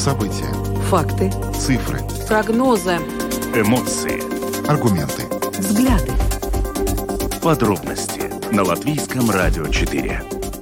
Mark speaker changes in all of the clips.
Speaker 1: События.
Speaker 2: Факты.
Speaker 1: Цифры.
Speaker 2: Прогнозы.
Speaker 3: Эмоции.
Speaker 1: Аргументы.
Speaker 2: Взгляды.
Speaker 3: Подробности на Латвийском радио 4.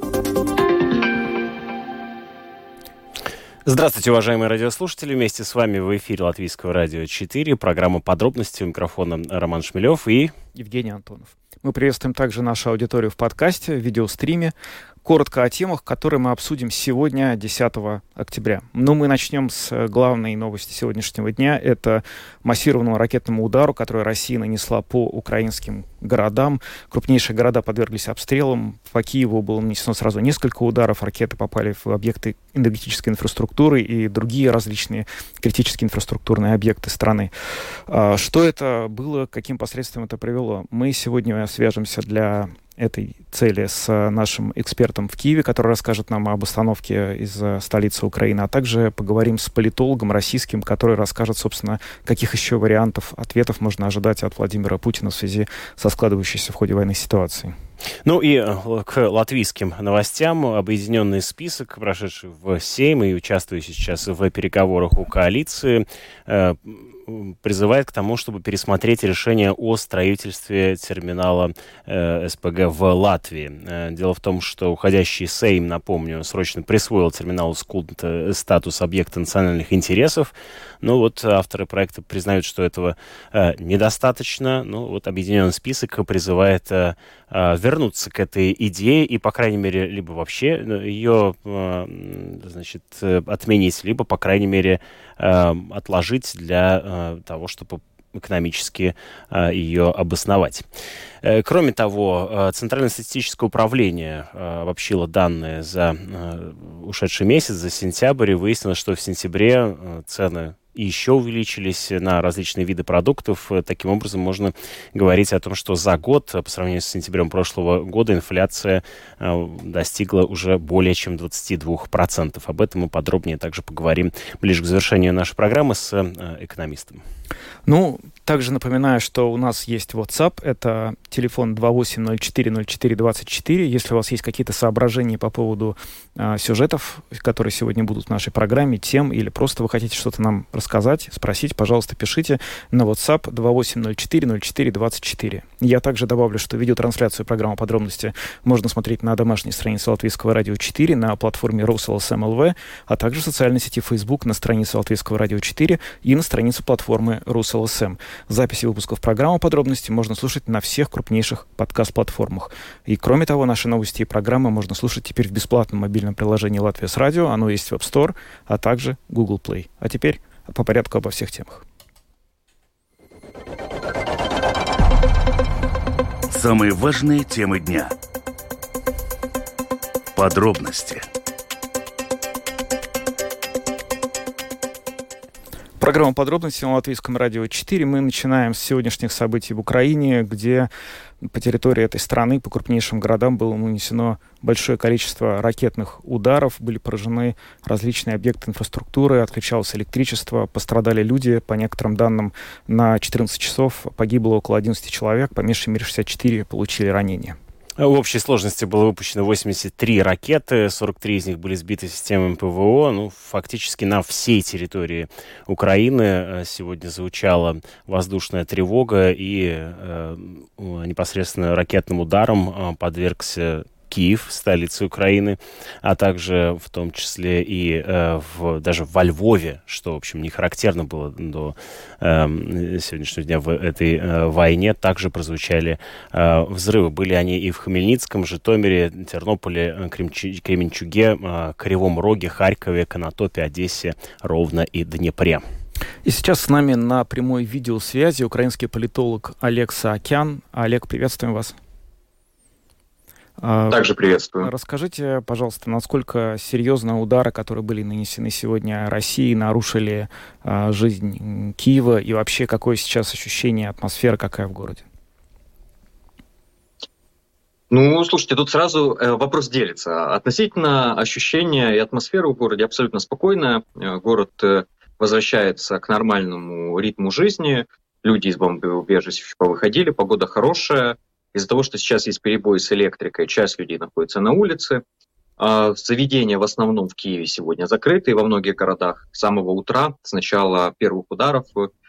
Speaker 4: Здравствуйте, уважаемые радиослушатели. Вместе с вами в эфире Латвийского радио 4. Программа «Подробности». У микрофона Роман Шмелев и
Speaker 5: Евгений Антонов. Мы приветствуем также нашу аудиторию в подкасте, в видеостриме. Коротко о темах, которые мы обсудим сегодня, 10 октября. Но мы начнем с главной новости сегодняшнего дня. Это массированному ракетному удару, который Россия нанесла по украинским городам. Крупнейшие города подверглись обстрелам. По Киеву было нанесено сразу несколько ударов. Ракеты попали в объекты энергетической инфраструктуры и другие различные критические инфраструктурные объекты страны. Что это было, каким последствиям это привело? Мы сегодня свяжемся для этой цели с нашим экспертом в Киеве, который расскажет нам об обстановке из столицы Украины, а также поговорим с политологом российским, который расскажет, собственно, каких еще вариантов ответов можно ожидать от Владимира Путина в связи со складывающейся в ходе войны ситуацией.
Speaker 4: Ну и к латвийским новостям. Объединенный список, прошедший в Сейм и участвующий сейчас в переговорах у коалиции, призывает к тому, чтобы пересмотреть решение о строительстве терминала СПГ в Латвии. Дело в том, что уходящий Сейм, напомню, срочно присвоил терминалу Скунт статус объекта национальных интересов. Но вот авторы проекта признают, что этого недостаточно. Ну вот объединенный список призывает вернуться к этой идее и, по крайней мере, либо вообще ее, отменить, либо, по крайней мере, отложить для того, чтобы экономически ее обосновать. Кроме того, Центральное статистическое управление обобщило данные за ушедший месяц, за сентябрь, и выяснилось, что в сентябре цены еще увеличились на различные виды продуктов. Таким образом, можно говорить о том, что за год, по сравнению с сентябрем прошлого года, инфляция достигла уже более чем 22%. Об этом мы подробнее также поговорим ближе к завершению нашей программы с экономистом.
Speaker 5: Ну, также напоминаю, что у нас есть WhatsApp, это телефон 28040424. Если у вас есть какие-то соображения по поводу сюжетов, которые сегодня будут в нашей программе, тем, или просто вы хотите что-то нам рассказать, спросить, пожалуйста, пишите на WhatsApp 28040424. Я также добавлю, что видеотрансляцию программы «Подробности» можно смотреть на домашней странице Латвийского радио 4, на платформе RusLSM.LV, а также в социальной сети Facebook на странице Латвийского радио 4 и на странице платформы RusLSM. Записи выпусков программы «Подробности» можно слушать на всех крупнейших подкаст-платформах. И кроме того, наши новости и программы можно слушать теперь в бесплатном мобильном приложении «Латвия с радио». Оно есть в App Store, а также Google Play. А теперь по порядку обо всех темах.
Speaker 3: Самые важные темы дня. Подробности.
Speaker 5: Программа «Подробности» на Латвийском радио 4. Мы начинаем с сегодняшних событий в Украине, где по территории этой страны, по крупнейшим городам было нанесено большое количество ракетных ударов, были поражены различные объекты инфраструктуры, отключалось электричество, пострадали люди. По некоторым данным, на 14 часов погибло около 11 человек, по меньшей мере 64 получили ранения.
Speaker 4: В общей сложности было выпущено 83 ракеты, 43 из них были сбиты системами ПВО. Ну, фактически на всей территории Украины сегодня звучала воздушная тревога, и непосредственно ракетным ударом подвергся Киев, столица Украины, а также в том числе и даже во Львове, что, в общем, не характерно было до сегодняшнего дня в этой войне, также прозвучали взрывы. Были они и в Хмельницком, Житомире, Тернополе, Кременчуге, Кривом Роге, Харькове, Конотопе, Одессе, Ровно и Днепре.
Speaker 5: И сейчас с нами на прямой видеосвязи украинский политолог Олег Саакян. Олег, приветствуем вас.
Speaker 6: Также приветствую.
Speaker 5: Расскажите, пожалуйста, насколько серьезно удары, которые были нанесены сегодня России, нарушили жизнь Киева, и вообще какое сейчас ощущение, атмосфера какая в городе?
Speaker 6: Ну, слушайте, тут сразу вопрос делится. Относительно ощущения и атмосферы в городе абсолютно спокойная. Город возвращается к нормальному ритму жизни. Люди из бомбоубежищ повыходили, погода хорошая. Из-за того, что сейчас есть перебои с электрикой, часть людей находится на улице. Заведения в основном в Киеве сегодня закрыты, и во многих городах с самого утра, с начала первых ударов,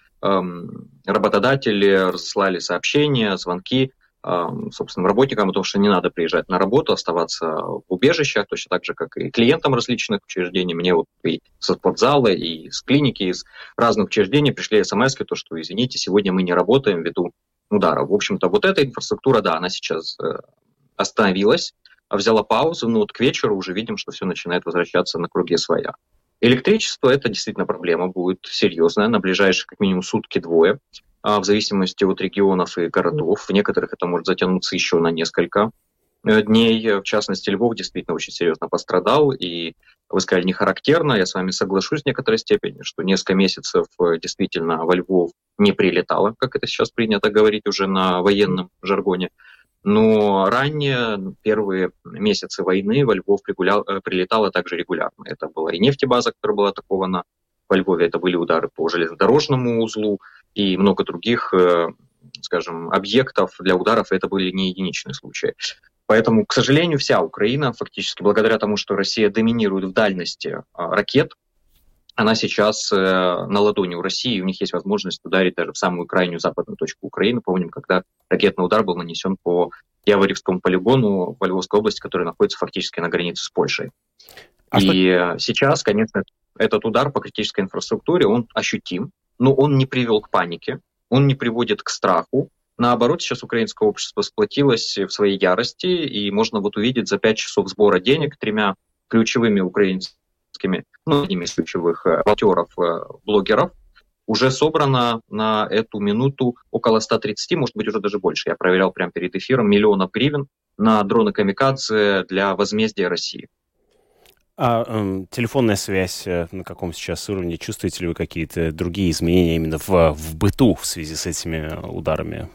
Speaker 6: работодатели разослали сообщения, звонки собственным работникам о том, что не надо приезжать на работу, оставаться в убежищах, точно так же, как и клиентам различных учреждений. Мне вот и со спортзала, и с клиники, из разных учреждений пришли смс-ки, то, что, извините, сегодня мы не работаем ввиду ударов. В общем-то, вот эта инфраструктура, да, она сейчас остановилась, взяла паузу, но вот к вечеру уже видим, что все начинает возвращаться на круги своя. Электричество – это действительно проблема, будет серьезная, на ближайшие как минимум сутки-двое, в зависимости от регионов и городов. В некоторых это может затянуться еще на несколько дней. В частности, Львов действительно очень серьезно пострадал, и вы сказали, не характерно. Я с вами соглашусь в некоторой степени, что несколько месяцев действительно во Львов не прилетало, как это сейчас принято говорить уже на военном жаргоне. Но ранее, первые месяцы войны, во Львов прилетало также регулярно. Это была и нефтебаза, которая была атакована во Львове, это были удары по железнодорожному узлу и много других, скажем, объектов для ударов, это были не единичные случаи. Поэтому, к сожалению, вся Украина фактически, благодаря тому, что Россия доминирует в дальности ракет, она сейчас на ладони у России, и у них есть возможность ударить даже в самую крайнюю западную точку Украины. Помним, когда ракетный удар был нанесен по Яворевскому полигону в Львовской области, который находится фактически на границе с Польшей. Сейчас, конечно, этот удар по критической инфраструктуре, он ощутим, но он не привел к панике, он не приводит к страху. Наоборот, сейчас украинское общество сплотилось в своей ярости, и можно вот увидеть за 5 часов сбора денег 3 ключевыми украинскими, одними из ключевых волонтеров, блогеров, уже собрано на эту минуту около 130, может быть, уже даже больше. Я проверял прямо перед эфиром, миллионов гривен на дроны-камикадзе для возмездия России.
Speaker 4: Телефонная связь на каком сейчас уровне? Чувствуете ли вы какие-то другие изменения именно в быту в связи с этими ударами?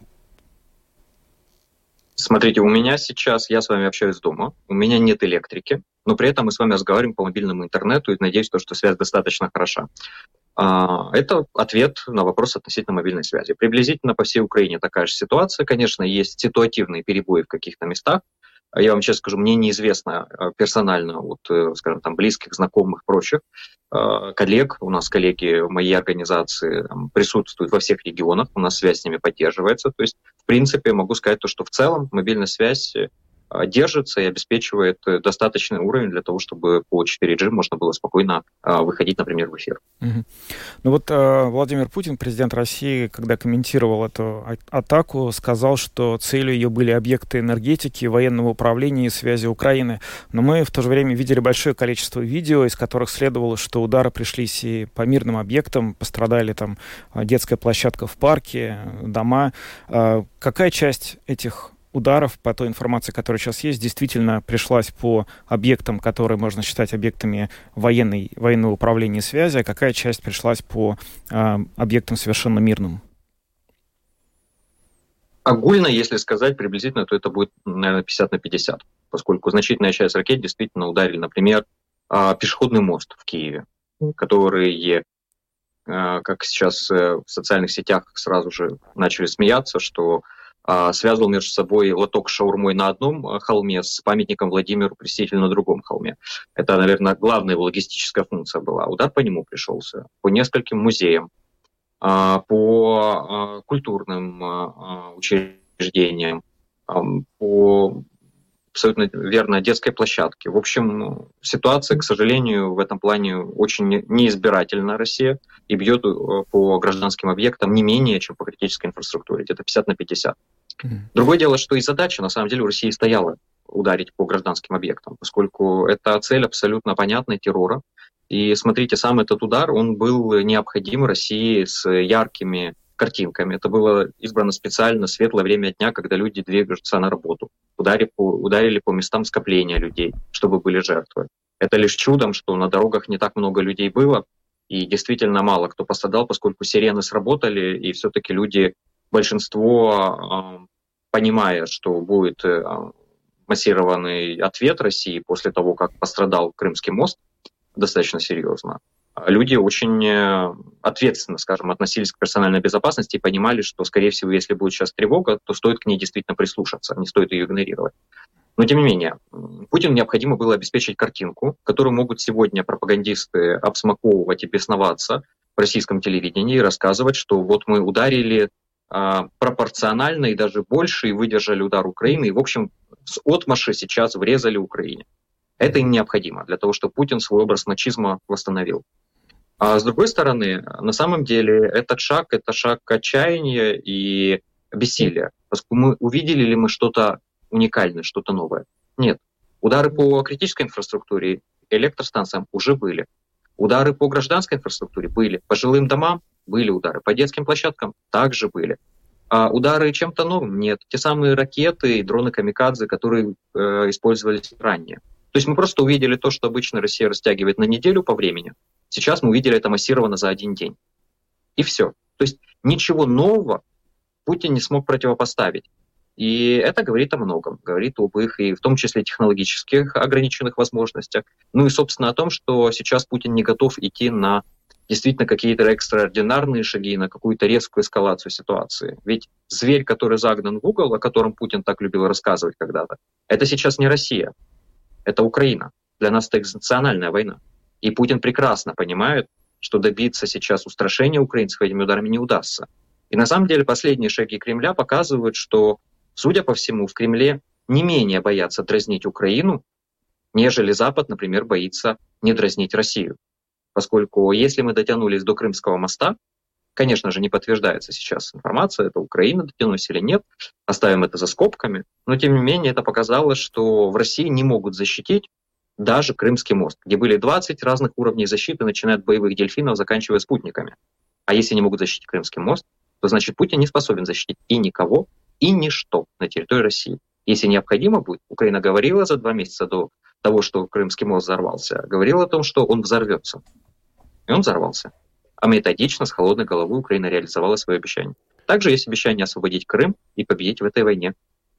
Speaker 6: Смотрите, у меня сейчас, я с вами общаюсь дома, у меня нет электрики, но при этом мы с вами разговариваем по мобильному интернету, и надеюсь, что связь достаточно хороша. Это ответ на вопрос относительно мобильной связи. Приблизительно по всей Украине такая же ситуация. Конечно, есть ситуативные перебои в каких-то местах. Я вам честно скажу, мне неизвестно персонально от, скажем, там, близких, знакомых, прочих коллег. У нас коллеги в моей организации присутствуют во всех регионах, у нас связь с ними поддерживается. То есть, в принципе, могу сказать то, что в целом мобильная связь держится и обеспечивает достаточный уровень для того, чтобы по 4G можно было спокойно выходить, например, в эфир.
Speaker 5: Ну вот Владимир Путин, президент России, когда комментировал эту атаку, сказал, что целью ее были объекты энергетики, военного управления и связи Украины. Но мы в то же время видели большое количество видео, из которых следовало, что удары пришлись и по мирным объектам, пострадали там детская площадка в парке, дома. Какая часть этих ударов, по той информации, которая сейчас есть, действительно пришлась по объектам, которые можно считать объектами военного управления и связи, а какая часть пришлась по объектам совершенно мирным?
Speaker 6: Огульно, если сказать приблизительно, то это будет, наверное, 50/50, поскольку значительная часть ракет действительно ударили, например, пешеходный мост в Киеве, который, как сейчас в социальных сетях сразу же начали смеяться, что связывал между собой лоток с шаурмой на одном холме с памятником Владимиру Крестителю на другом холме. Это, наверное, главная его логистическая функция была. Удар по нему пришелся, по нескольким музеям, по культурным учреждениям, по, абсолютно верно, детской площадке. В общем, ситуация, к сожалению, в этом плане очень неизбирательна Россия и бьет по гражданским объектам не менее, чем по критической инфраструктуре, где-то 50/50. Другое дело, что и задача, на самом деле, у России стояла ударить по гражданским объектам, поскольку это цель абсолютно понятная террора. И смотрите, сам этот удар, он был необходим России с яркими картинками. Это было избрано специально в светлое время дня, когда люди двигаются на работу. Ударили по местам скопления людей, чтобы были жертвы. Это лишь чудом, что на дорогах не так много людей было, и действительно мало кто пострадал, поскольку сирены сработали, и все-таки люди, большинство, понимая, что будет массированный ответ России после того, как пострадал Крымский мост, достаточно серьезно, люди очень ответственно, скажем, относились к персональной безопасности и понимали, что, скорее всего, если будет сейчас тревога, то стоит к ней действительно прислушаться, не стоит ее игнорировать. Но, тем не менее, Путину необходимо было обеспечить картинку, которую могут сегодня пропагандисты обсмаковывать и бесноваться в российском телевидении и рассказывать, что вот мы ударили пропорционально и даже больше, и выдержали удар Украины, и, в общем, с отмаши сейчас врезали Украине. Это им необходимо для того, чтобы Путин свой образ мачизма восстановил. А с другой стороны, на самом деле, это шаг отчаяния и бессилия. Поскольку мы увидели ли мы что-то уникальное, что-то новое? Нет. Удары по критической инфраструктуре, электростанциям уже были. Удары по гражданской инфраструктуре были. По жилым домам были удары. По детским площадкам также были. А удары чем-то новым? Нет. Те самые ракеты и дроны камикадзе, которые использовались ранее. То есть мы просто увидели то, что обычно Россия растягивает на неделю по времени. Сейчас мы увидели это массированно за один день. И все. То есть ничего нового Путин не смог противопоставить. И это говорит о многом. Говорит об их, и в том числе технологических ограниченных возможностях. Ну и, собственно, о том, что сейчас Путин не готов идти на действительно какие-то экстраординарные шаги, на какую-то резкую эскалацию ситуации. Ведь зверь, который загнан в угол, о котором Путин так любил рассказывать когда-то, это сейчас не Россия, это Украина. Для нас это экзистенциальная война. И Путин прекрасно понимает, что добиться сейчас устрашения украинцев этими ударами не удастся. И на самом деле последние шаги Кремля показывают, что, судя по всему, в Кремле не менее боятся дразнить Украину, нежели Запад, например, боится не дразнить Россию. Поскольку если мы дотянулись до Крымского моста, конечно же, не подтверждается сейчас информация, это Украина дотянулась или нет, оставим это за скобками, но тем не менее это показало, что в России не могут защитить даже Крымский мост, где были 20 разных уровней защиты, начиная от боевых дельфинов, заканчивая спутниками. А если не могут защитить Крымский мост, то значит Путин не способен защитить и никого, и ничто на территории России. Если необходимо будет, Украина говорила за 2 месяца до того, что Крымский мост взорвался, говорила о том, что он взорвется. И он взорвался. А методично, с холодной головой Украина реализовала свое обещание. Также есть обещание освободить Крым и победить в этой войне.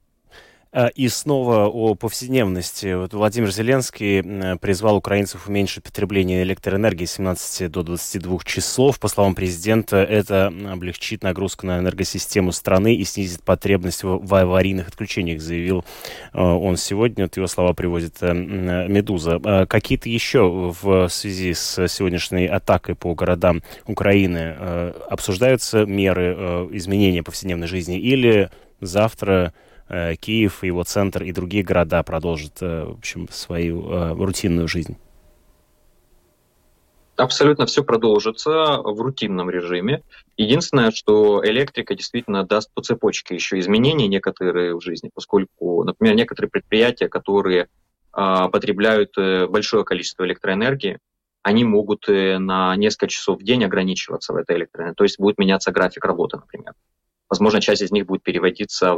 Speaker 4: И снова о повседневности. Вот Владимир Зеленский призвал украинцев уменьшить потребление электроэнергии с 17 до 22 часов. По словам президента, это облегчит нагрузку на энергосистему страны и снизит потребность в аварийных отключениях, заявил он сегодня. Вот его слова приводит «Медуза». Какие-то еще в связи с сегодняшней атакой по городам Украины обсуждаются меры изменения повседневной жизни или завтра Киев, его центр и другие города продолжат, в общем, свою рутинную жизнь?
Speaker 6: Абсолютно все продолжится в рутинном режиме. Единственное, что электрика действительно даст по цепочке еще изменения некоторые в жизни, поскольку, например, некоторые предприятия, которые потребляют большое количество электроэнергии, они могут на несколько часов в день ограничиваться в этой электроэнергии. То есть будет меняться график работы, например. Возможно, часть из них будет переводиться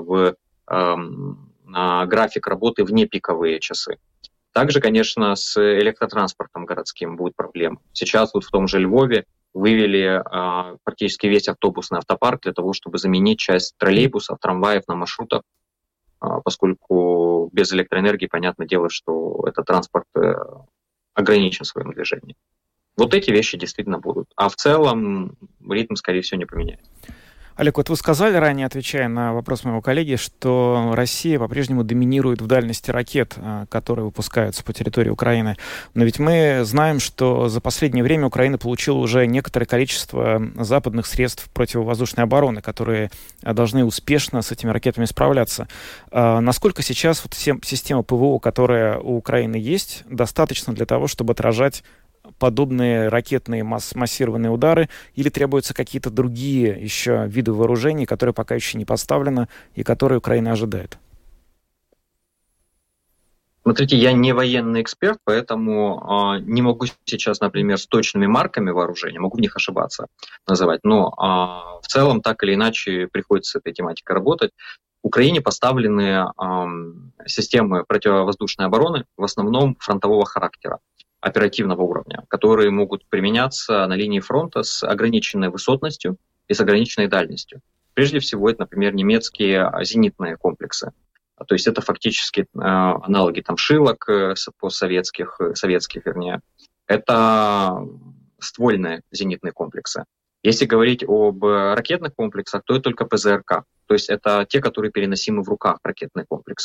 Speaker 6: на график работы в непиковые часы. Также, конечно, с электротранспортом городским будет проблема. Сейчас вот в том же Львове вывели практически весь автобусный автопарк для того, чтобы заменить часть троллейбусов, трамваев на маршрутах, поскольку без электроэнергии, понятное дело, что этот транспорт ограничен в своем движении. Вот эти вещи действительно будут. А в целом ритм, скорее всего, не поменяется.
Speaker 5: Олег, вот вы сказали ранее, отвечая на вопрос моего коллеги, что Россия по-прежнему доминирует в дальности ракет, которые выпускаются по территории Украины. Но ведь мы знаем, что за последнее время Украина получила уже некоторое количество западных средств противовоздушной обороны, которые должны успешно с этими ракетами справляться. Насколько сейчас вот система ПВО, которая у Украины есть, достаточно для того, чтобы отражать подобные ракетные массированные удары, или требуются какие-то другие еще виды вооружений, которые пока еще не поставлены и которые Украина ожидает?
Speaker 6: Смотрите, я не военный эксперт, поэтому не могу сейчас, например, с точными марками вооружения, могу в них ошибаться, называть, но в целом так или иначе приходится с этой тематикой работать. Украине поставлены системы противовоздушной обороны в основном фронтового характера, оперативного уровня, которые могут применяться на линии фронта с ограниченной высотностью и с ограниченной дальностью. Прежде всего, это, например, немецкие зенитные комплексы. То есть это фактически аналоги там шилок советских, вернее. Это ствольные зенитные комплексы. Если говорить об ракетных комплексах, то это только ПЗРК. То есть это те, которые переносимы в руках, ракетные комплексы.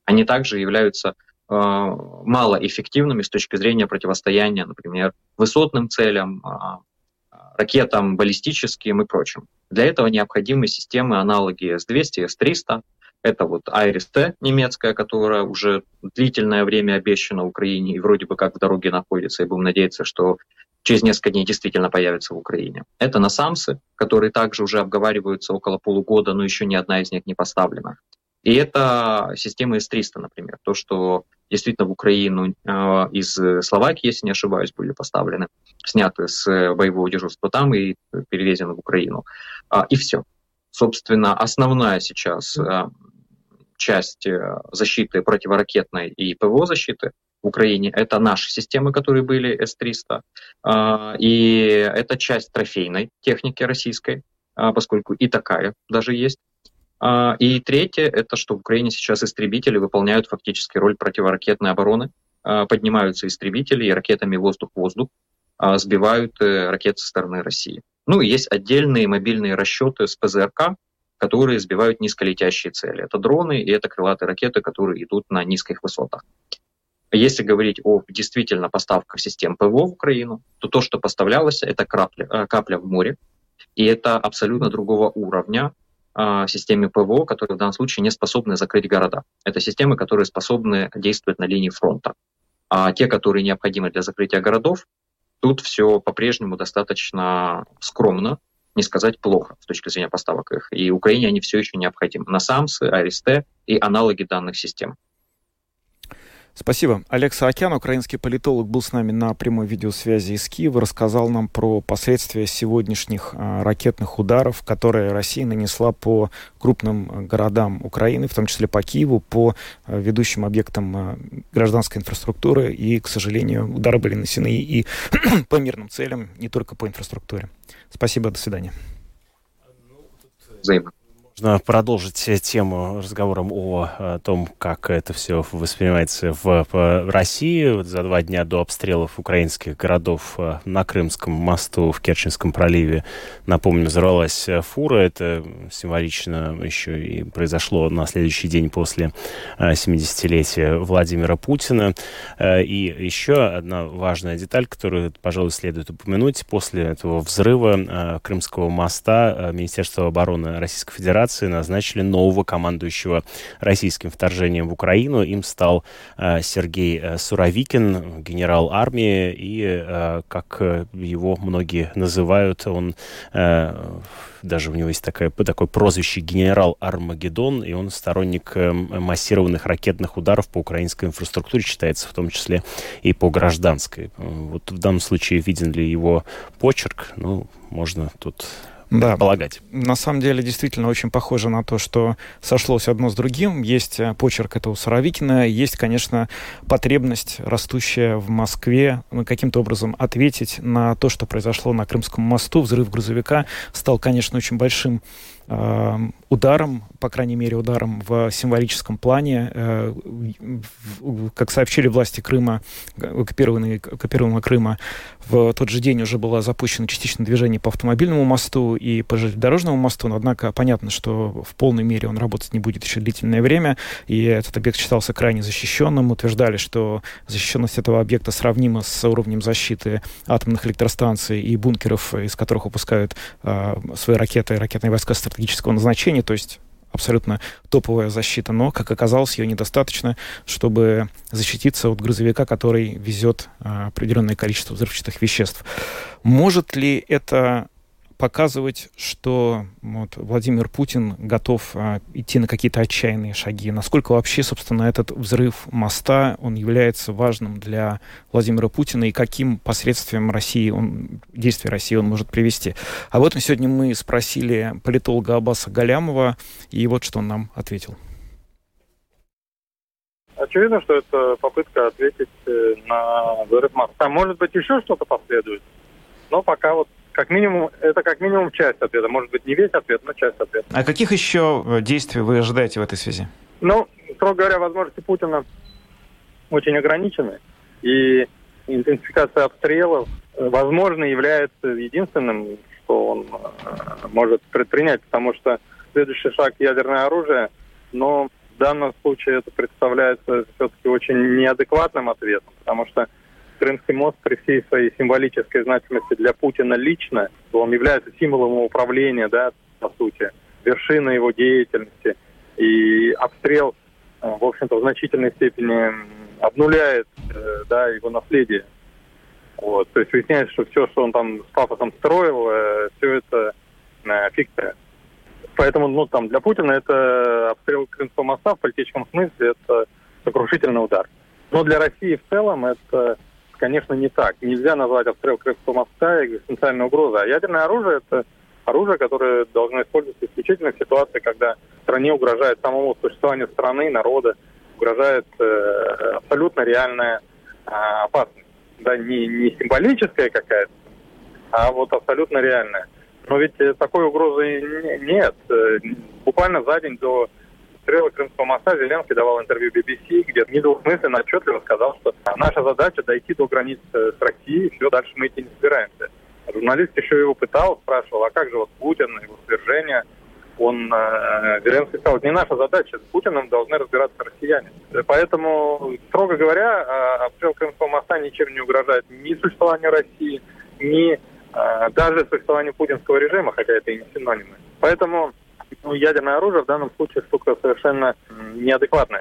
Speaker 6: они также являются малоэффективными с точки зрения противостояния, например, высотным целям, ракетам баллистическим и прочим. Для этого необходимы системы аналоги С-200, С-300. Это вот IRIS-T немецкая, которая уже длительное время обещана Украине и вроде бы как в дороге находится, и будем надеяться, что через несколько дней действительно появится в Украине. Это NASAMS, которые также уже обговариваются около полугода, но еще ни одна из них не поставлена. И это система С-300, например, то, что действительно в Украину из Словакии, если не ошибаюсь, были поставлены, сняты с боевого дежурства там и перевезены в Украину. И все. Собственно, основная сейчас часть защиты противоракетной и ПВО защиты в Украине — это наши системы, которые были С-300. И это часть трофейной техники российской, поскольку и такая даже есть. И третье — это что в Украине сейчас истребители выполняют фактически роль противоракетной обороны. Поднимаются истребители и ракетами воздух-воздух сбивают ракеты со стороны России. Ну и есть отдельные мобильные расчеты с ПЗРК, которые сбивают низколетящие цели. Это дроны и это крылатые ракеты, которые идут на низких высотах. Если говорить о действительно поставках систем ПВО в Украину, то что поставлялось, это капля в море. И это абсолютно другого уровня системы ПВО, которые в данном случае не способны закрыть города. Это системы, которые способны действовать на линии фронта. А те, которые необходимы для закрытия городов, тут все по-прежнему достаточно скромно, не сказать плохо с точки зрения поставок их. И Украине они все еще необходимы. NASAMS, IRIS-T и аналоги данных систем.
Speaker 5: Спасибо. Олег Саакян, украинский политолог, был с нами на прямой видеосвязи из Киева, рассказал нам про последствия сегодняшних ракетных ударов, которые Россия нанесла по крупным городам Украины, в том числе по Киеву, по ведущим объектам гражданской инфраструктуры. И, к сожалению, удары были нанесены и по мирным целям, не только по инфраструктуре. Спасибо, до свидания.
Speaker 6: Взаимно.
Speaker 4: Можно продолжить тему разговором о том, как это все воспринимается в России. За 2 дня до обстрелов украинских городов на Крымском мосту в Керченском проливе, напомню, взорвалась фура. Это символично еще и произошло на следующий день после 70-летия Владимира Путина. И еще одна важная деталь, которую, пожалуй, следует упомянуть. После этого взрыва Крымского моста Министерство обороны Российской Федерации назначили нового командующего российским вторжением в Украину. Им стал Сергей Суровикин, генерал армии, и, как его многие называют, он даже у него есть такое прозвище «Генерал Армагеддон», и он сторонник массированных ракетных ударов по украинской инфраструктуре, считается в том числе и по гражданской. Вот в данном случае виден ли его почерк? Ну, можно тут предполагать.
Speaker 5: На самом деле, действительно, очень похоже на то, что сошлось одно с другим. Есть почерк этого Суровикина, есть, конечно, потребность, растущая в Москве, каким-то образом ответить на то, что произошло на Крымском мосту. Взрыв грузовика стал, конечно, очень большим ударом, по крайней мере, ударом в символическом плане. Как сообщили власти Крыма, оккупированного Крыма, в тот же день уже было запущено частичное движение по автомобильному мосту и по железнодорожному мосту, но, однако, понятно, что в полной мере он работать не будет еще длительное время, и этот объект считался крайне защищенным. Утверждали, что защищенность этого объекта сравнима с уровнем защиты атомных электростанций и бункеров, из которых выпускают свои ракеты, ракетные войска стратегического назначения, то есть абсолютно топовая защита, но, как оказалось, ее недостаточно, чтобы защититься от грузовика, который везет определенное количество взрывчатых веществ. Может ли это показывать, что Владимир Путин готов идти на какие-то отчаянные шаги? Насколько вообще, собственно, этот взрыв моста, он является важным для Владимира Путина, и каким последствиям действия России он может привести? Об этом сегодня мы спросили политолога Аббаса Галямова, и вот что он нам ответил.
Speaker 1: Очевидно, что это попытка ответить на взрыв моста. Может быть, еще что-то последует, но пока как минимум часть ответа. Может быть, не весь ответ, но часть ответа.
Speaker 5: А каких еще действий вы ожидаете в этой связи?
Speaker 1: Строго говоря, возможности Путина очень ограничены. И интенсификация обстрелов, возможно, является единственным, что он может предпринять, потому что следующий шаг — ядерное оружие. Но в данном случае это представляется все-таки очень неадекватным ответом, потому что Крымский мост при всей своей символической значимости для Путина лично, он является символом его управления, да, по сути, вершиной его деятельности. И обстрел, в общем-то, в значительной степени обнуляет, да, его наследие. Вот. То есть выясняется, что все, что он там с пафосом строил, все это фикция. Поэтому, ну, там, для Путина это обстрел Крымского моста в политическом смысле, это сокрушительный удар. Но для России в целом это, конечно, не так. Нельзя назвать обстрел Крымского моста экзистенциальной угрозой. А ядерное оружие – это оружие, которое должно использоваться исключительно в ситуации, когда стране угрожает самому существованию страны, народа, угрожает абсолютно реальная опасность. Да, не символическая какая-то, а вот абсолютно реальная. Но ведь такой угрозы нет. Буквально за день до обстрела Крымского моста Зеленский давал интервью BBC, где недвусмысленно, отчетливо сказал, что наша задача дойти до границ с Россией, все, дальше мы идти не собираемся. Журналист еще его пытал, спрашивал, а как же вот Путин, его свержение? Зеленский сказал, не наша задача, с Путиным должны разбираться россияне. Поэтому, строго говоря, обстрел Крымского моста ничем не угрожает ни существованию России, ни даже существованию путинского режима, хотя это и не синонимы. Поэтому ядерное оружие в данном случае штука совершенно неадекватная.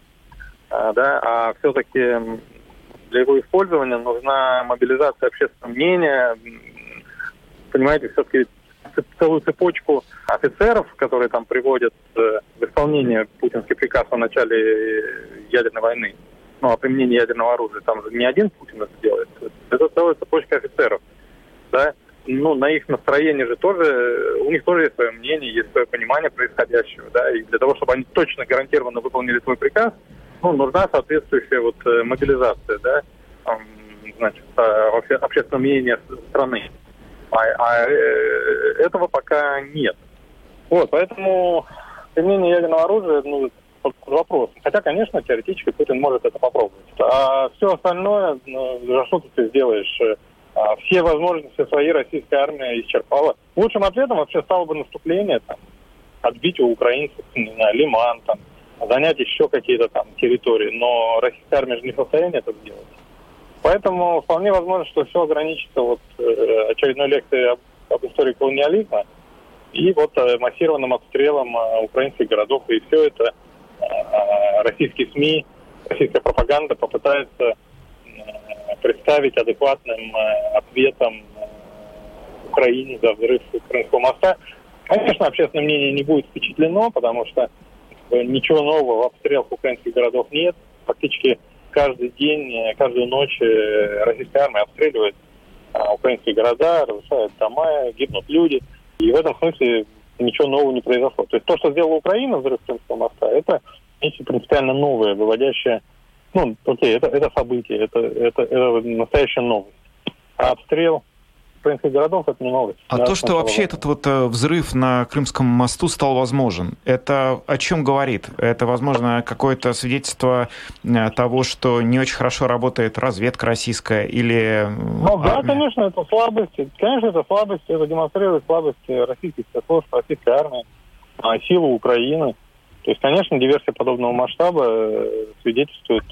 Speaker 1: А все-таки для его использования нужна мобилизация общественного мнения. Понимаете, все-таки целую цепочку офицеров, которые там приводят в исполнение путинский приказ о начале ядерной войны, о применении ядерного оружия. Там же не один Путин это делает. Это целая цепочка офицеров. Да? На их настроение же тоже, у них тоже есть свое мнение, есть свое понимание происходящего. Да? И для того, чтобы они точно гарантированно выполнили твой приказ, нужна соответствующая мобилизация, да? Значит, общественного мнения страны. Этого пока нет. Поэтому применение ядерного оружия, под вопросом. Хотя, конечно, теоретически Путин может это попробовать. А все остальное, что ты сделаешь? Все возможности своей российская армия исчерпала. Лучшим ответом вообще стало бы наступление, отбить у украинцев, Лиман, занять еще какие-то там территории. Но российская армия же не в состоянии это сделать. Поэтому вполне возможно, что все ограничится очередной лекцией об истории колониализма и массированным обстрелом украинских городов. И все это российские СМИ, российская пропаганда попытается представить адекватным ответом Украине за взрыв Крымского моста. Конечно, общественное мнение не будет впечатлено, потому что ничего нового в обстрелах украинских городов нет. Фактически каждый день, каждую ночь российская армия обстреливает украинские города, разрушает дома, гибнут люди. И в этом смысле ничего нового не произошло. То есть то, что сделала Украина, взрыв Крымского моста, это нечто принципиально новое, выводящее... это событие, это настоящая новость. А обстрел украинских городов — это не новость.
Speaker 5: А то, что вообще этот взрыв на Крымском мосту стал возможен, это о чем говорит? Это, возможно, какое-то свидетельство того, что не очень хорошо работает разведка российская или...
Speaker 1: Да, конечно, это слабости. Конечно, это слабости. Это демонстрирует слабости российских спецслужб, российской армии, силу Украины. То есть, конечно, диверсия подобного масштаба свидетельствует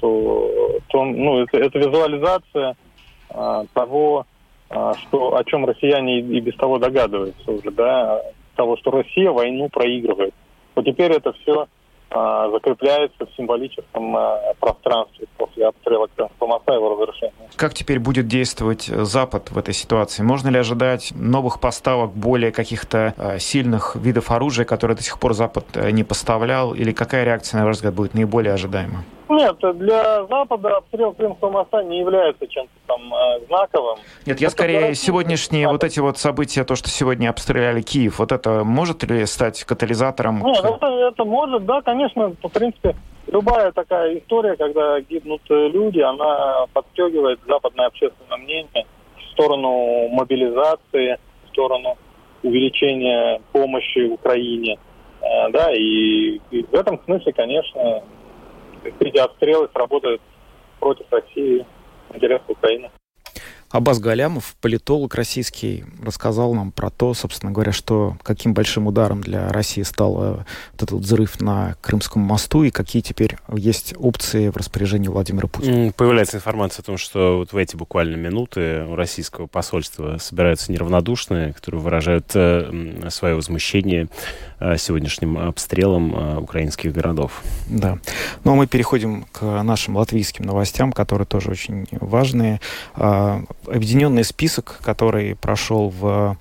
Speaker 1: это визуализация того, о чем россияне и без того догадываются уже, да, того, что Россия войну проигрывает. Теперь это все закрепляется в символическом пространстве после обстрела Крымского моста и его разрушения.
Speaker 5: Как теперь будет действовать Запад в этой ситуации? Можно ли ожидать новых поставок более каких-то сильных видов оружия, которые до сих пор Запад не поставлял? Или какая реакция, на ваш взгляд, будет наиболее ожидаема?
Speaker 1: Нет, для Запада обстрел Крымского моста не является чем-то знаковым.
Speaker 5: Нет, я скорее сегодняшние эти события, то, что сегодня обстреляли Киев, это может ли стать катализатором?
Speaker 1: Нет, это может, да, конечно, в принципе, любая такая история, когда гибнут люди, она подстегивает западное общественное мнение в сторону мобилизации, в сторону увеличения помощи Украине, да, и в этом смысле, конечно, эти обстрелы сработают против России, интересов Украины.
Speaker 5: Аббас Галямов, политолог российский, рассказал нам про то, собственно говоря, что каким большим ударом для России стал вот этот взрыв на Крымском мосту и какие теперь есть опции в распоряжении Владимира Путина.
Speaker 4: Появляется информация о том, что вот в эти буквально минуты у российского посольства собираются неравнодушные, которые выражают свое возмущение сегодняшним обстрелом украинских городов.
Speaker 5: Да. Ну а мы переходим к нашим латвийским новостям, которые тоже очень важные. Объединенный список, который прошел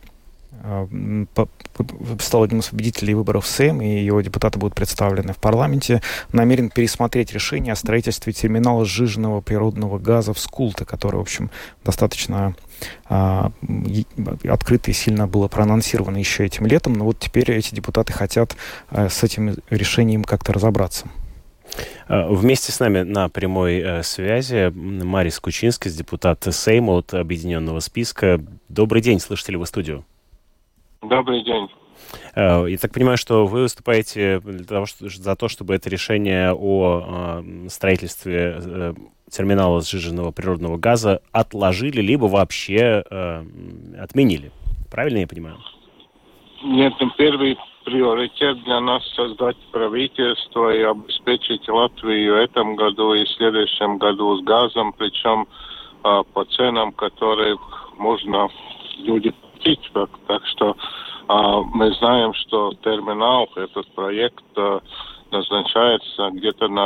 Speaker 5: стал одним из победителей выборов в Сейм, и его депутаты будут представлены в парламенте, намерен пересмотреть решение о строительстве терминала сжиженного природного газа в Скулте, который, в общем, достаточно открыто и сильно было проанонсировано еще этим летом, но вот теперь эти депутаты хотят с этим решением как-то разобраться.
Speaker 4: Вместе с нами на прямой связи Марис Кучинскис, депутат Сейма от Объединенного списка. Добрый день, слышите ли вы студию?
Speaker 7: Добрый день.
Speaker 4: Я так понимаю, что вы выступаете за то, чтобы это решение о строительстве терминала сжиженного природного газа отложили, либо вообще отменили. Правильно я понимаю?
Speaker 7: Нет, первый приоритет для нас создать правительство и обеспечить Латвию в этом году и в следующем году с газом, причем по ценам, которые можно люди платить. Так что мы знаем, что терминал, этот проект назначается где-то на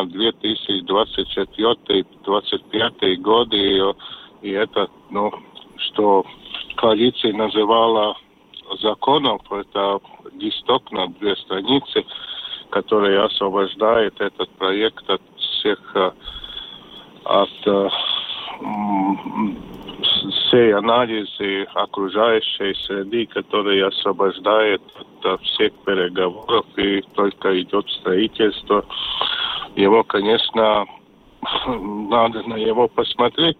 Speaker 7: 2024-2025 годы, и это, что коалиция называла законов, это листок на 2 страницы, который освобождает этот проект от всех, всей анализы окружающей среды, который освобождает от всех переговоров и только идет строительство. Его, конечно, надо на него посмотреть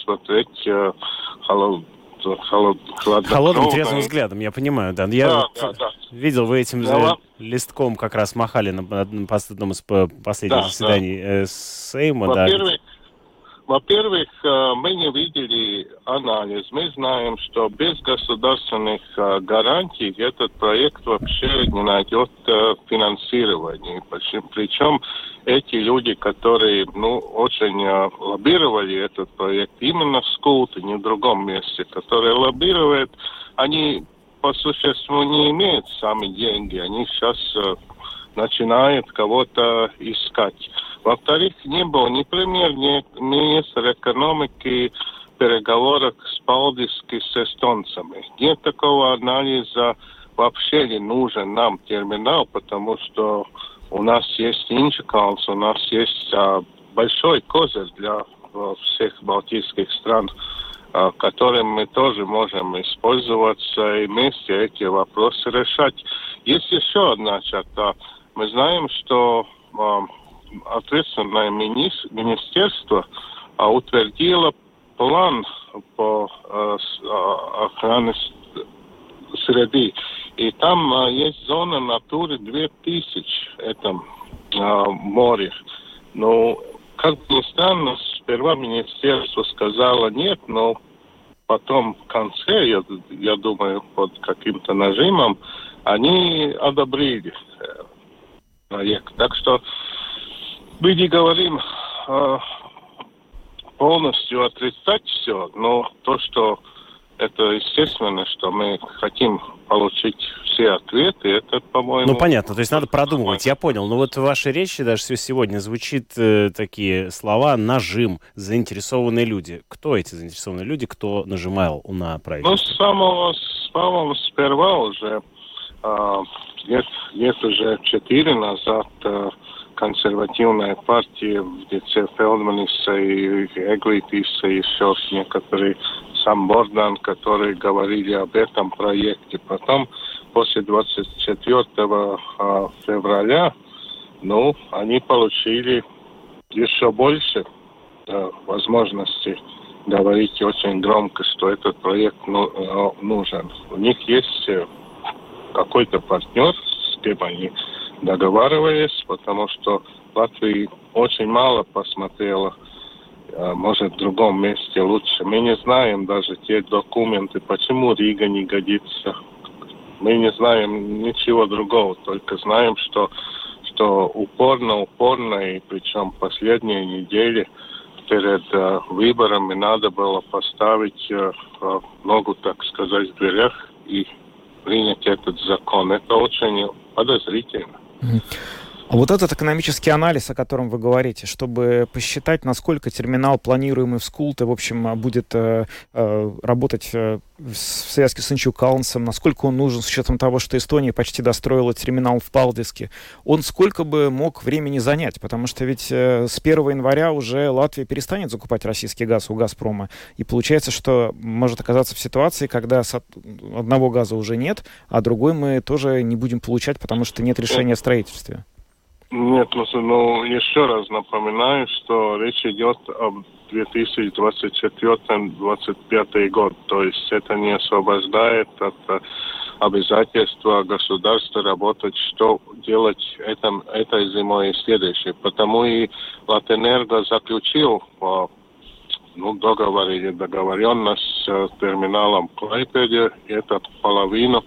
Speaker 4: холодным трезвым взглядом, я понимаю, да. Я видел, вы этим листком как раз махали на одном из последних заседаний Сейма.
Speaker 7: Во-первых, мы не видели анализ. Мы знаем, что без государственных гарантий этот проект вообще не найдет финансирования. Причем эти люди, которые очень лоббировали этот проект именно в Скулте, не в другом месте, которые лоббируют, они по существу не имеют сами деньги. Они сейчас начинают кого-то искать. Во-вторых, не был ни премьер-министр экономики переговоров с Палдиски с эстонцами. Нет такого анализа, вообще не нужен нам терминал, потому что у нас есть Инчикалns, у нас есть большой козырь для всех балтийских стран, которым мы тоже можем использоваться и вместе эти вопросы решать. Есть еще одна черта. Мы знаем, что ответственное министерство утвердило план по охране среды. И там есть зона Натуры 2000 в этом море. Но, как ни странно, сперва министерство сказало нет, но потом в конце, я думаю, под каким-то нажимом, они одобрили проект. Так что мы не говорим полностью отрицать все, но то, что это естественно, что мы хотим получить все ответы, это, по-моему...
Speaker 4: понятно, то есть надо продумывать, я понял. Но вот в вашей речи даже сегодня звучит такие слова: нажим, заинтересованные люди. Кто эти заинтересованные люди, кто нажимал на правительство?
Speaker 7: Сперва уже, лет уже 4 назад, консервативная партия в лице Фелдманиса и Эглитиса, и еще некоторые, сам Бордан, которые говорили об этом проекте. Потом, после 24 февраля, они получили еще больше возможностей говорить очень громко, что этот проект нужен. У них есть какой-то партнер, с кем они договаривались, потому что Латвия очень мало посмотрела может, в другом месте лучше. Мы не знаем даже те документы, почему Рига не годится. Мы не знаем ничего другого, только знаем, что упорно, и причем последние недели перед выборами надо было поставить ногу, так сказать, в дверях и принять этот закон. Это очень подозрительно.
Speaker 5: А вот этот экономический анализ, о котором вы говорите, чтобы посчитать, насколько терминал, планируемый в Скулте, в общем, будет работать в связке с Инчукалнсом, насколько он нужен с учетом того, что Эстония почти достроила терминал в Палдиске, он сколько бы мог времени занять? Потому что ведь с 1 января уже Латвия перестанет закупать российский газ у «Газпрома». И получается, что может оказаться в ситуации, когда одного газа уже нет, а другой мы тоже не будем получать, потому что нет решения о строительстве.
Speaker 7: Нет, ну еще раз напоминаю, что речь идет об 2024-2025 год. То есть это не освобождает от обязательства государства работать, что делать этой зимой и следующей. Потому и Латэнерго заключил договор или договоренность с терминалом в Клайпеде. Это половину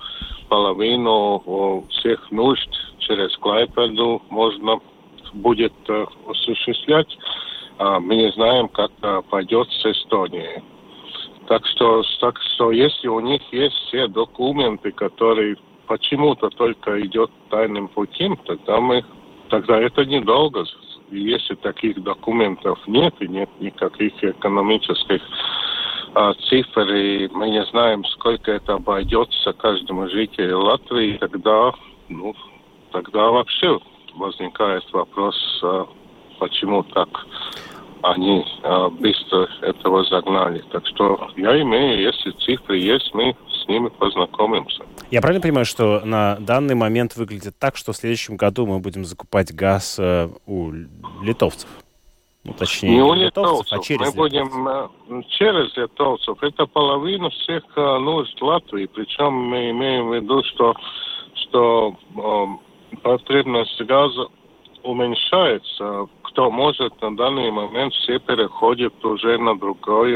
Speaker 7: всех нужд через Клайпеду можно будет осуществлять. Мы не знаем, как пойдет с Эстонией. Так что если у них есть все документы, которые почему-то только идет тайным путем, тогда это недолго. И если таких документов нет, и нет никаких экономических цифр, и мы не знаем, сколько это обойдется каждому жителю Латвии, тогда вообще возникает вопрос, почему так они быстро этого загнали. Так что если цифры есть, мы с ними познакомимся.
Speaker 4: Я правильно понимаю, что на данный момент выглядит так, что в следующем году мы будем закупать газ у литовцев? Ну, точнее,
Speaker 7: не у
Speaker 4: литовцев, а через
Speaker 7: мы будем через литовцев. Это половина всех нужд Латвии. Причем мы имеем в виду, что потребность газа уменьшается. Кто может, на данный момент все переходят уже на другое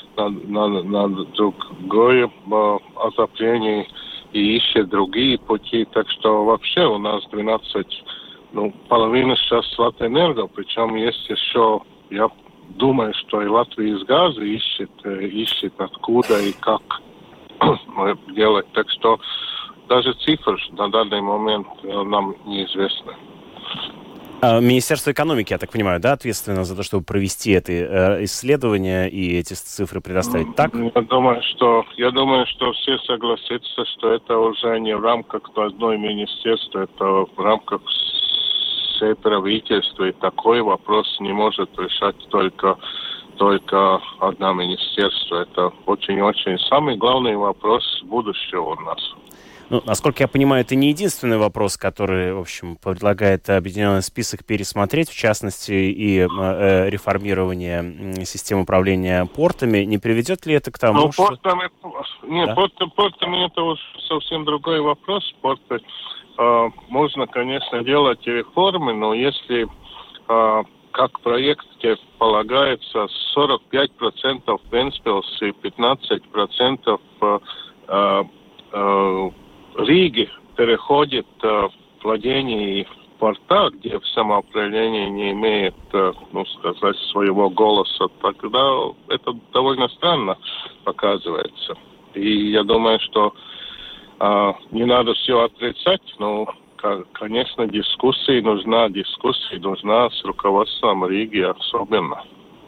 Speaker 7: отопление и ищут другие пути. Так что вообще у нас 12, половина сейчас Латэнерго, причем есть еще, я думаю, что и Латвия из газа ищет откуда и как делать. Так что даже цифры на данный момент нам неизвестны.
Speaker 4: Министерство экономики, я так понимаю, да, ответственно за то, чтобы провести это исследование и эти цифры предоставить, так?
Speaker 7: Я думаю, что все согласятся, что это уже не в рамках одной министерства, это в рамках всей правительства, и такой вопрос не может решать только одно министерство. Это очень-очень самый главный вопрос будущего у нас.
Speaker 4: Насколько я понимаю, это не единственный вопрос, который, в общем, предлагает объединенный список пересмотреть, в частности, и реформирование системы управления портами. Не приведет ли это к тому, что...
Speaker 7: Портами это уже совсем другой вопрос. Порты можно, конечно, делать реформы, но если, как в проекте полагается, 45% Вентспилс и 15% Риги переходит в владение порта, где в самоуправлении не имеет, своего голоса, тогда это довольно странно показывается. И я думаю, что не надо все отрицать, но, конечно, дискуссия нужна с руководством Риги особенно.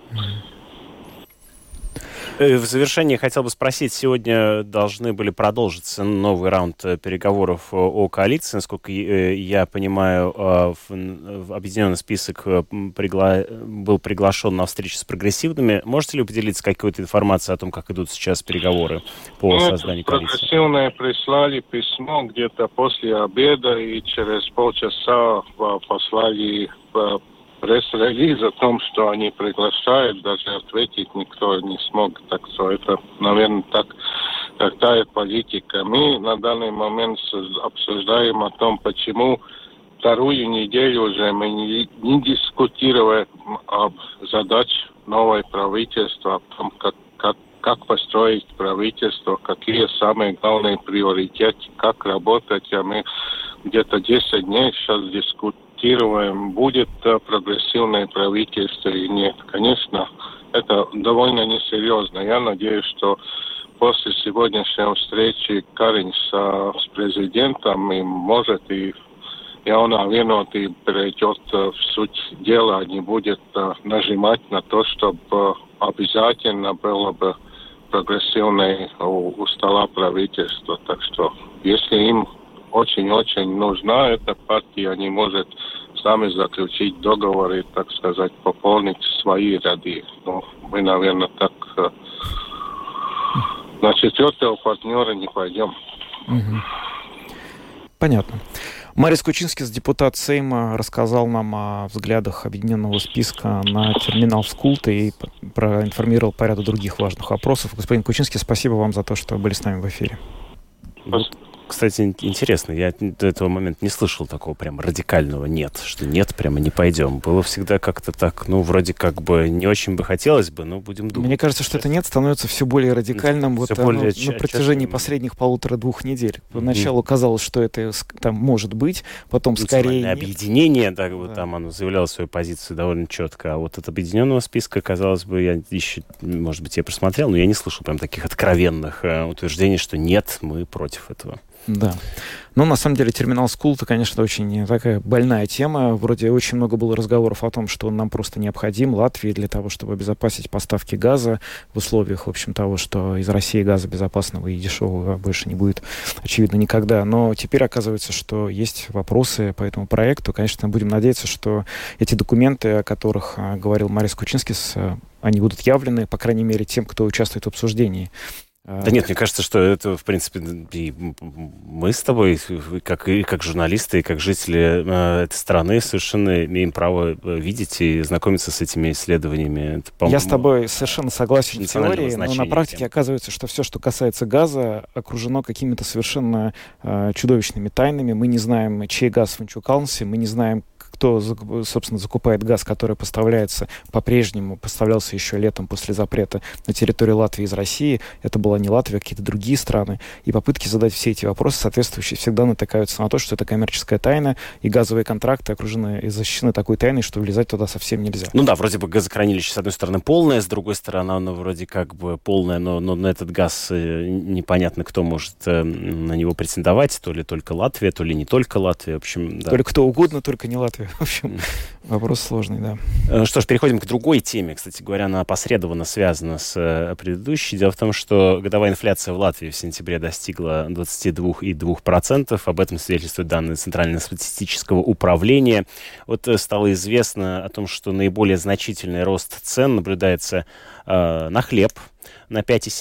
Speaker 4: В завершение хотел бы спросить, сегодня должны были продолжиться новый раунд переговоров о коалиции. Насколько я понимаю, в объединенный список был приглашен на встречу с прогрессивными. Можете ли поделиться какой-то информацией о том, как идут сейчас переговоры по созданию коалиции?
Speaker 7: Прогрессивные прислали письмо где-то после обеда и через полчаса послали пресс-релиз о том, что они приглашают, даже ответить никто не смог. Так что это, наверное, такая политика. Мы на данный момент обсуждаем о том, почему вторую неделю уже мы не дискутируем об задачах новое правительство, о том, как построить правительство, какие самые главные приоритеты, как работать. А мы где-то 10 дней сейчас дискутируем, будет прогрессивное правительство или нет. Конечно, это довольно несерьезно. Я надеюсь, что после сегодняшней встречи Каринс с президентом и может и он и перейдет в суть дела, а не будет нажимать на то, чтобы обязательно было бы прогрессивное у стола правительства. Так что, если им очень-очень нужна эта партия, они могут сами заключить договор и, так сказать, пополнить свои ряды. Но мы, наверное, так на четвертого партнера не пойдем.
Speaker 5: Понятно. Марис Кучинскис, депутат Сейма, рассказал нам о взглядах объединенного списка на терминал в Скулте и проинформировал по ряду других важных вопросов. Господин Кучинский, спасибо вам за то, что были с нами в эфире.
Speaker 4: Кстати, интересно, я до этого момента не слышал такого прям радикального «нет», что «нет, прямо не пойдем». Было всегда как-то так, вроде как бы не очень бы хотелось бы, но будем думать.
Speaker 5: Мне кажется, что это «нет» становится все более радикальным на протяжении последних 1,5-2 недель. Поначалу казалось, что это там может быть, потом скорее нет.
Speaker 4: Объединение, там оно заявляло свою позицию довольно четко, а вот от объединенного списка, казалось бы, я еще, может быть, я просмотрел, но я не слышал прям таких откровенных утверждений, что «нет, мы против этого».
Speaker 5: Да. Но на самом деле терминал Скулта, конечно, очень такая больная тема. Вроде очень много было разговоров о том, что он нам просто необходим, Латвии, для того, чтобы обезопасить поставки газа в условиях, в общем, того, что из России газа безопасного и дешевого больше не будет, очевидно, никогда. Но теперь оказывается, что есть вопросы по этому проекту. Конечно, будем надеяться, что эти документы, о которых говорил Марис Кучинскис, они будут явлены, по крайней мере, тем, кто участвует в обсуждении.
Speaker 4: Да нет, мне кажется, что это, в принципе, и мы с тобой, как журналисты, и как жители этой страны, совершенно имеем право видеть и знакомиться с этими исследованиями. Это,
Speaker 5: я с тобой совершенно согласен в теории, но на практике оказывается, что все, что касается газа, окружено какими-то совершенно чудовищными тайнами. Мы не знаем, чей газ в Инчукалнсе, мы не знаем, кто, собственно, закупает газ, который поставлялся еще летом после запрета на территорию Латвии из России. Это была не Латвия, а какие-то другие страны. И попытки задать все эти вопросы соответствующие всегда натыкаются на то, что это коммерческая тайна, и газовые контракты окружены и защищены такой тайной, что влезать туда совсем нельзя.
Speaker 4: Вроде бы газохранилище, с одной стороны, полное, с другой стороны, оно вроде как бы полное, но на этот газ непонятно, кто может на него претендовать, то ли только Латвия, то ли не только Латвия. В общем, да.
Speaker 5: То ли кто угодно, только не Латвия. В общем, вопрос сложный, да.
Speaker 4: Что ж, переходим к другой теме. Кстати говоря, она опосредованно связана с предыдущей. Дело в том, что годовая инфляция в Латвии в сентябре достигла 22,2%. Об этом свидетельствуют данные Центрального статистического управления. Вот стало известно о том, что наиболее значительный рост цен наблюдается на хлеб на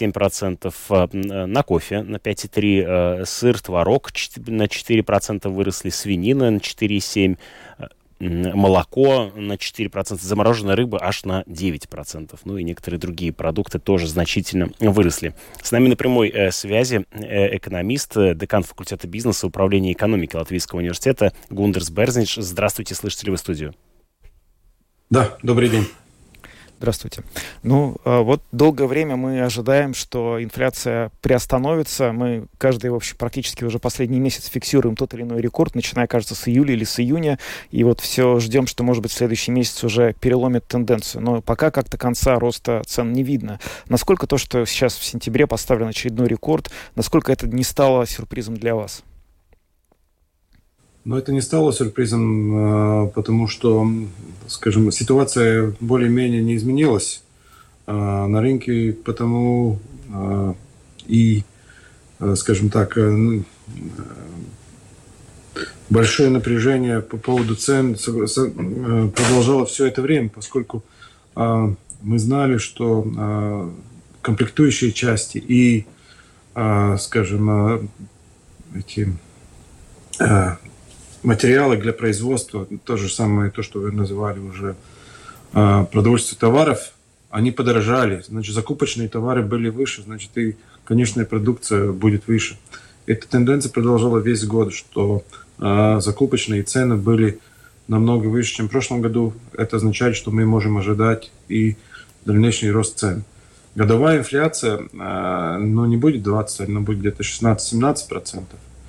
Speaker 4: 5,7%, на кофе на 5,3%, сыр, творог на 4% выросли, свинина на 4,7%, молоко на 4%, замороженная рыба аж на 9%. И некоторые другие продукты тоже значительно выросли. С нами на прямой связи экономист, декан факультета бизнеса, управления экономики Латвийского университета Гундерс Берзнич. Здравствуйте, слышите ли вы студию?
Speaker 8: Да, добрый день.
Speaker 5: Здравствуйте. Вот долгое время мы ожидаем, что инфляция приостановится. Мы каждый, в общем, практически уже последний месяц фиксируем тот или иной рекорд, начиная, кажется, с июля или с июня. И вот все ждем, что, может быть, в следующий месяц уже переломит тенденцию. Но пока как-то конца роста цен не видно. Насколько то, что сейчас в сентябре поставлен очередной рекорд, насколько это не стало сюрпризом для вас?
Speaker 8: Но это не стало сюрпризом, потому что, скажем, ситуация более-менее не изменилась на рынке, потому и, скажем так, большое напряжение по поводу цен продолжало все это время, поскольку мы знали, что комплектующие части и, скажем, эти материалы для производства, то же самое, то, что вы называли уже продовольствие товаров, они подорожали. Значит, закупочные товары были выше, значит, и конечная продукция будет выше. Эта тенденция продолжала весь год, что закупочные цены были намного выше, чем в прошлом году. Это означает, что мы можем ожидать и дальнейший рост цен. Годовая инфляция, не будет 20, она будет где-то 16-17%.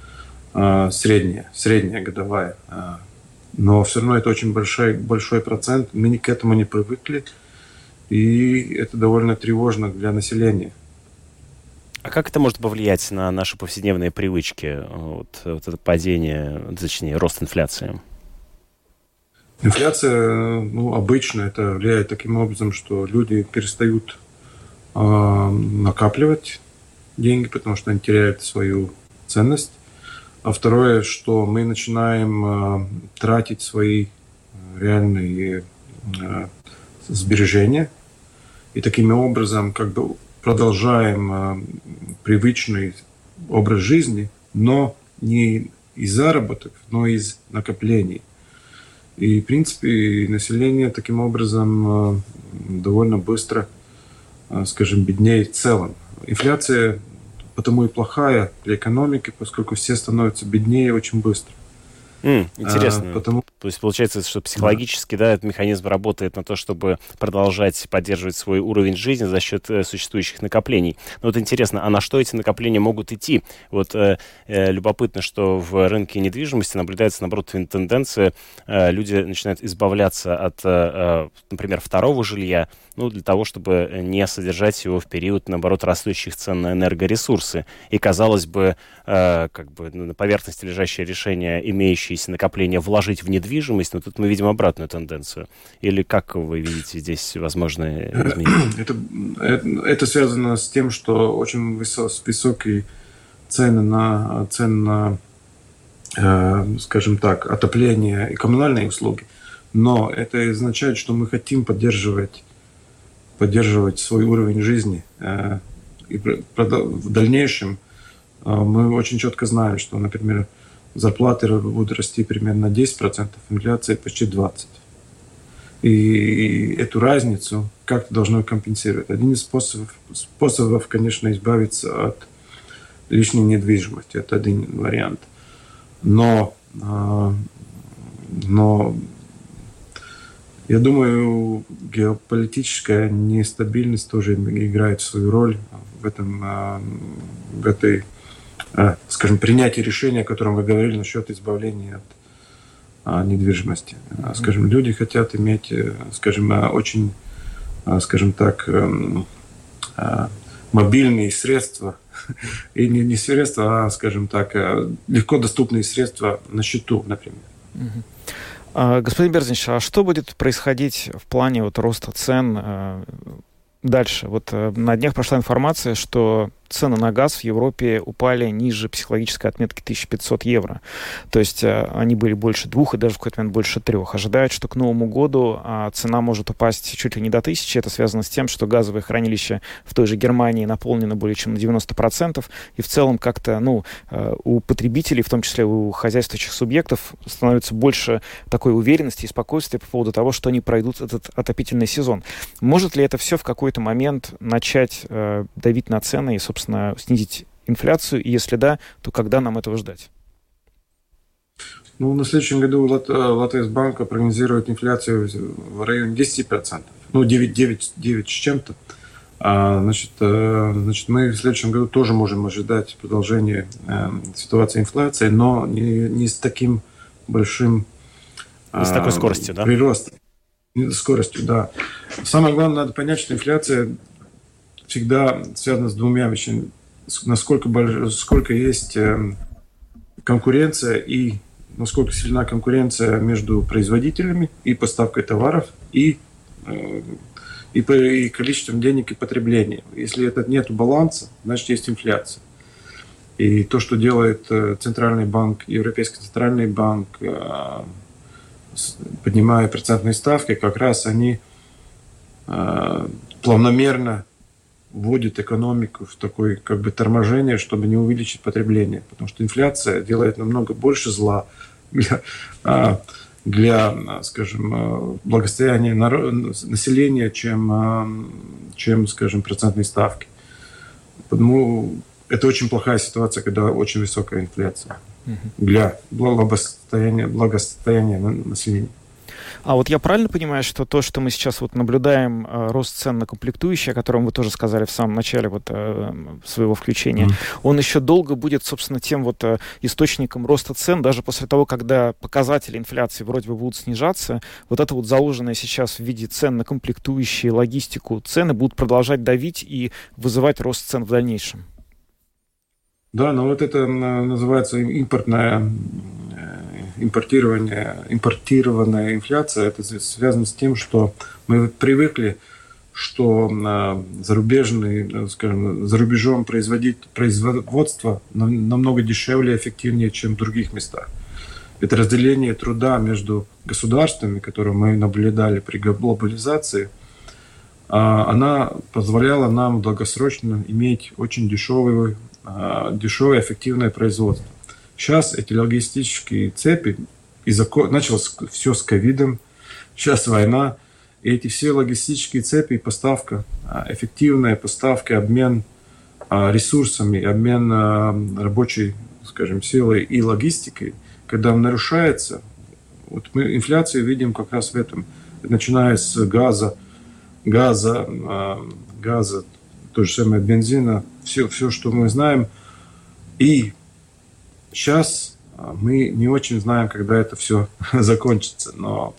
Speaker 8: Средняя годовая. Но все равно это очень большой процент. Мы к этому не привыкли. И это довольно тревожно для населения.
Speaker 4: А как это может повлиять на наши повседневные привычки? Вот это падение, точнее, рост инфляции?
Speaker 8: Инфляция, обычно это влияет таким образом, что люди перестают накапливать деньги, потому что они теряют свою ценность. А второе, что мы начинаем тратить свои реальные сбережения. И таким образом продолжаем привычный образ жизни, но не из заработок, но из накоплений. И, в принципе, население таким образом довольно быстро, беднеет в целом. Инфляция потому и плохая для экономики, поскольку все становятся беднее очень быстро.
Speaker 4: Интересно. То есть получается, что психологически, этот механизм работает на то, чтобы продолжать поддерживать свой уровень жизни за счет существующих накоплений. Но вот интересно, а на что эти накопления могут идти? Вот любопытно, что в рынке недвижимости наблюдается, наоборот, тенденция. Люди начинают избавляться от, например, второго жилья, для того, чтобы не содержать его в период, наоборот, растущих цен на энергоресурсы. И, казалось бы, на поверхности лежащее решение, имеющееся накопления, вложить в недвижимость, но тут мы видим обратную тенденцию. Или как вы видите здесь возможные изменения?
Speaker 8: Это связано с тем, что очень высокие цены на отопление и коммунальные услуги. Но это означает, что мы хотим поддерживать свой уровень жизни. И в дальнейшем мы очень четко знаем, что, например, зарплаты будут расти примерно 10%, инфляция почти 20%. И эту разницу как-то должно компенсировать. Один из способов, конечно, избавиться от лишней недвижимости. Это один вариант. Но я думаю, геополитическая нестабильность тоже играет свою роль в этой принятии решения, о котором вы говорили насчет избавления от недвижимости. Люди хотят иметь, очень, мобильные средства, и не средства, легко доступные средства на счету, например.
Speaker 5: Господин Берзинч, а что будет происходить в плане роста цен дальше? На днях прошла информация, что цены на газ в Европе упали ниже психологической отметки 1500 евро. То есть они были больше 2 и даже в какой-то момент больше 3. Ожидают, что к Новому году цена может упасть чуть ли не до 1000. Это связано с тем, что газовые хранилища в той же Германии наполнены более чем на 90%. И в целом как-то у потребителей, в том числе у хозяйствующих субъектов, становится больше такой уверенности и спокойствия по поводу того, что они пройдут этот отопительный сезон. Может ли это все в какой-то момент начать давить на цены и, собственно, снизить инфляцию? И если да, то когда нам этого ждать?
Speaker 8: На следующем году Латвийсбанк прогнозирует инфляцию в районе 10%. 9 с чем-то. Значит, мы в следующем году тоже можем ожидать продолжения ситуации инфляции, но не с таким большим...
Speaker 4: Не с такой скоростью, да?
Speaker 8: Приростом. Не с скоростью, да. Самое главное, надо понять, что инфляция всегда связано с двумя вещами. Сколько есть конкуренция и насколько сильна конкуренция между производителями и поставкой товаров и количеством денег и потребления. Если нет баланса, значит есть инфляция. И то, что делает Центральный банк, Европейский Центральный банк, поднимая процентные ставки, как раз они планомерно вводит экономику в такое торможение, чтобы не увеличить потребление. Потому что инфляция делает намного больше зла для благосостояния населения, чем процентные ставки. Потому это очень плохая ситуация, когда очень высокая инфляция для благосостояния населения.
Speaker 5: А вот я правильно понимаю, что то, что мы сейчас вот наблюдаем, рост цен на комплектующие, о котором вы тоже сказали в самом начале вот, своего включения, он еще долго будет, собственно, тем вот источником роста цен, даже после того, когда показатели инфляции вроде бы будут снижаться, вот это вот заложенное сейчас в виде цен на комплектующие, логистику, цены будут продолжать давить и вызывать рост цен в дальнейшем?
Speaker 8: Да, но вот это называется импортная импортированная инфляция. Это связано с тем, что мы привыкли, что за рубежом производство намного дешевле и эффективнее, чем в других местах. Это разделение труда между государствами, которое мы наблюдали при глобализации, она позволяла нам долгосрочно иметь очень дешевое эффективное производство. Сейчас эти логистические цепи, началось все с ковидом, сейчас война, и эти все логистические цепи, поставка, эффективная поставка, обмен ресурсами, обмен рабочей, скажем, силой и логистикой, когда он нарушается, вот мы инфляцию видим как раз в этом, начиная с газа, то же самое бензина, все, что мы знаем. И сейчас мы не очень знаем, когда это все закончится. Но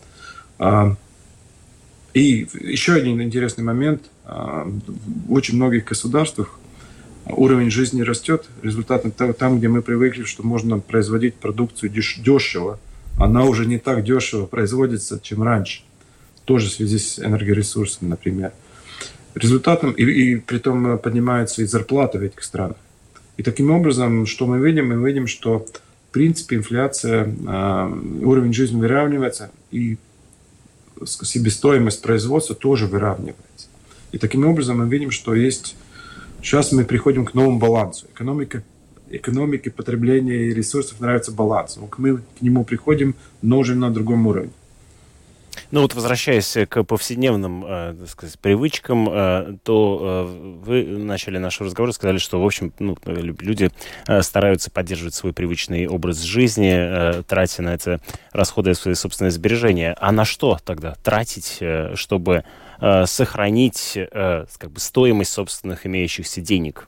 Speaker 8: и еще один интересный момент. В очень многих государствах уровень жизни растет. Результатом там, где мы привыкли, что можно производить продукцию дешево, она уже не так дешево производится, чем раньше. Тоже в связи с энергоресурсами, например. Результатом, и при том поднимаются и зарплаты в этих странах. И таким образом, что мы видим? Мы видим, что в принципе инфляция, уровень жизни выравнивается, и себестоимость производства тоже выравнивается. И таким образом мы видим, что сейчас мы приходим к новому балансу. Экономике потребления и ресурсов нравится баланс. Мы к нему приходим, но уже на другом уровне.
Speaker 4: Ну вот, возвращаясь к повседневным, так сказать, привычкам, то вы начали наш разговор и сказали, что, в общем, люди стараются поддерживать свой привычный образ жизни, тратя на это, расходуя свои собственные сбережения. А на что тогда тратить, чтобы сохранить как бы стоимость собственных имеющихся денег?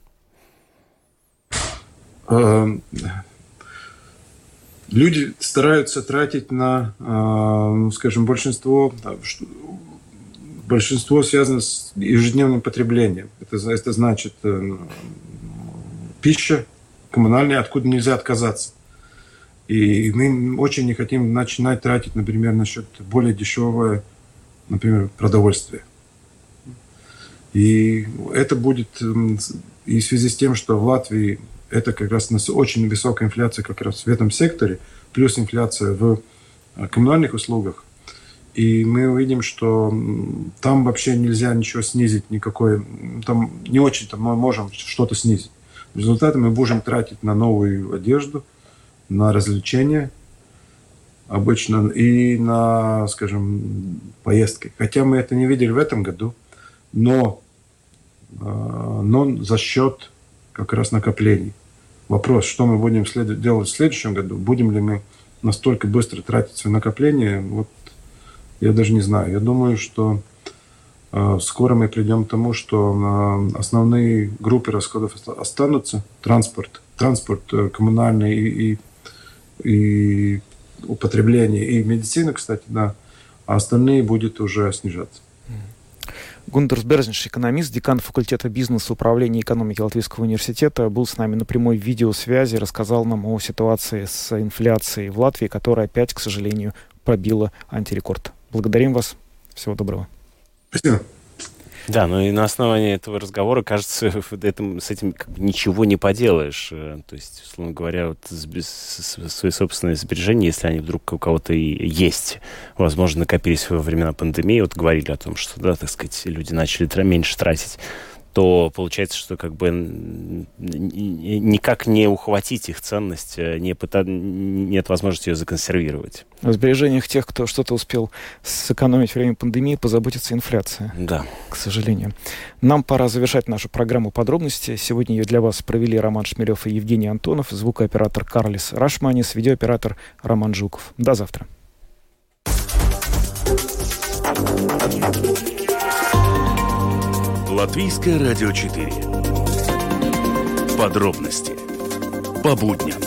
Speaker 8: Люди стараются тратить на, скажем, большинство связано с ежедневным потреблением. Это значит пища, коммунальная, откуда нельзя отказаться. И мы очень не хотим начинать тратить, например, на счет более дешевого, например, продовольствия. И это будет и в связи с тем, что в Латвии это как раз очень высокая инфляция как раз в этом секторе, плюс инфляция в коммунальных услугах. И мы увидим, что там вообще нельзя ничего снизить, там не очень-то мы можем что-то снизить. В результате мы будем тратить на новую одежду, на развлечения обычно и на, скажем, поездки. Хотя мы это не видели в этом году, но за счет как раз накоплений. Вопрос, что мы будем делать в следующем году? Будем ли мы настолько быстро тратить свои накопления? Вот я даже не знаю. Я думаю, что скоро мы придем к тому, что основные группы расходов останутся. Транспорт коммунальный и употребление, и медицина, кстати, да. А остальные будут уже снижаться.
Speaker 5: Гундерс Берзинш, экономист, декан факультета бизнеса, управления и экономики Латвийского университета, был с нами на прямой видеосвязи, рассказал нам о ситуации с инфляцией в Латвии, которая опять, к сожалению, пробила антирекорд. Благодарим вас. Всего доброго.
Speaker 8: Спасибо.
Speaker 4: Да, ну и на основании этого разговора, кажется, с этим ничего не поделаешь. То есть, условно говоря, вот свои собственные сбережения, если они вдруг у кого-то и есть, возможно, накопились во времена пандемии, вот говорили о том, что, да, так сказать, люди начали меньше тратить, то получается, что как бы никак не ухватить их ценность, нет возможности ее законсервировать.
Speaker 5: О сбережениях тех, кто что-то успел сэкономить во время пандемии, позаботится инфляция.
Speaker 4: Да.
Speaker 5: К сожалению. Нам пора завершать нашу программу «Подробности». Сегодня ее для вас провели Роман Шмелев и Евгений Антонов, звукооператор Карлис Рашманис, видеооператор Роман Жуков. До завтра.
Speaker 3: Латвийское радио 4. Подробности по будням.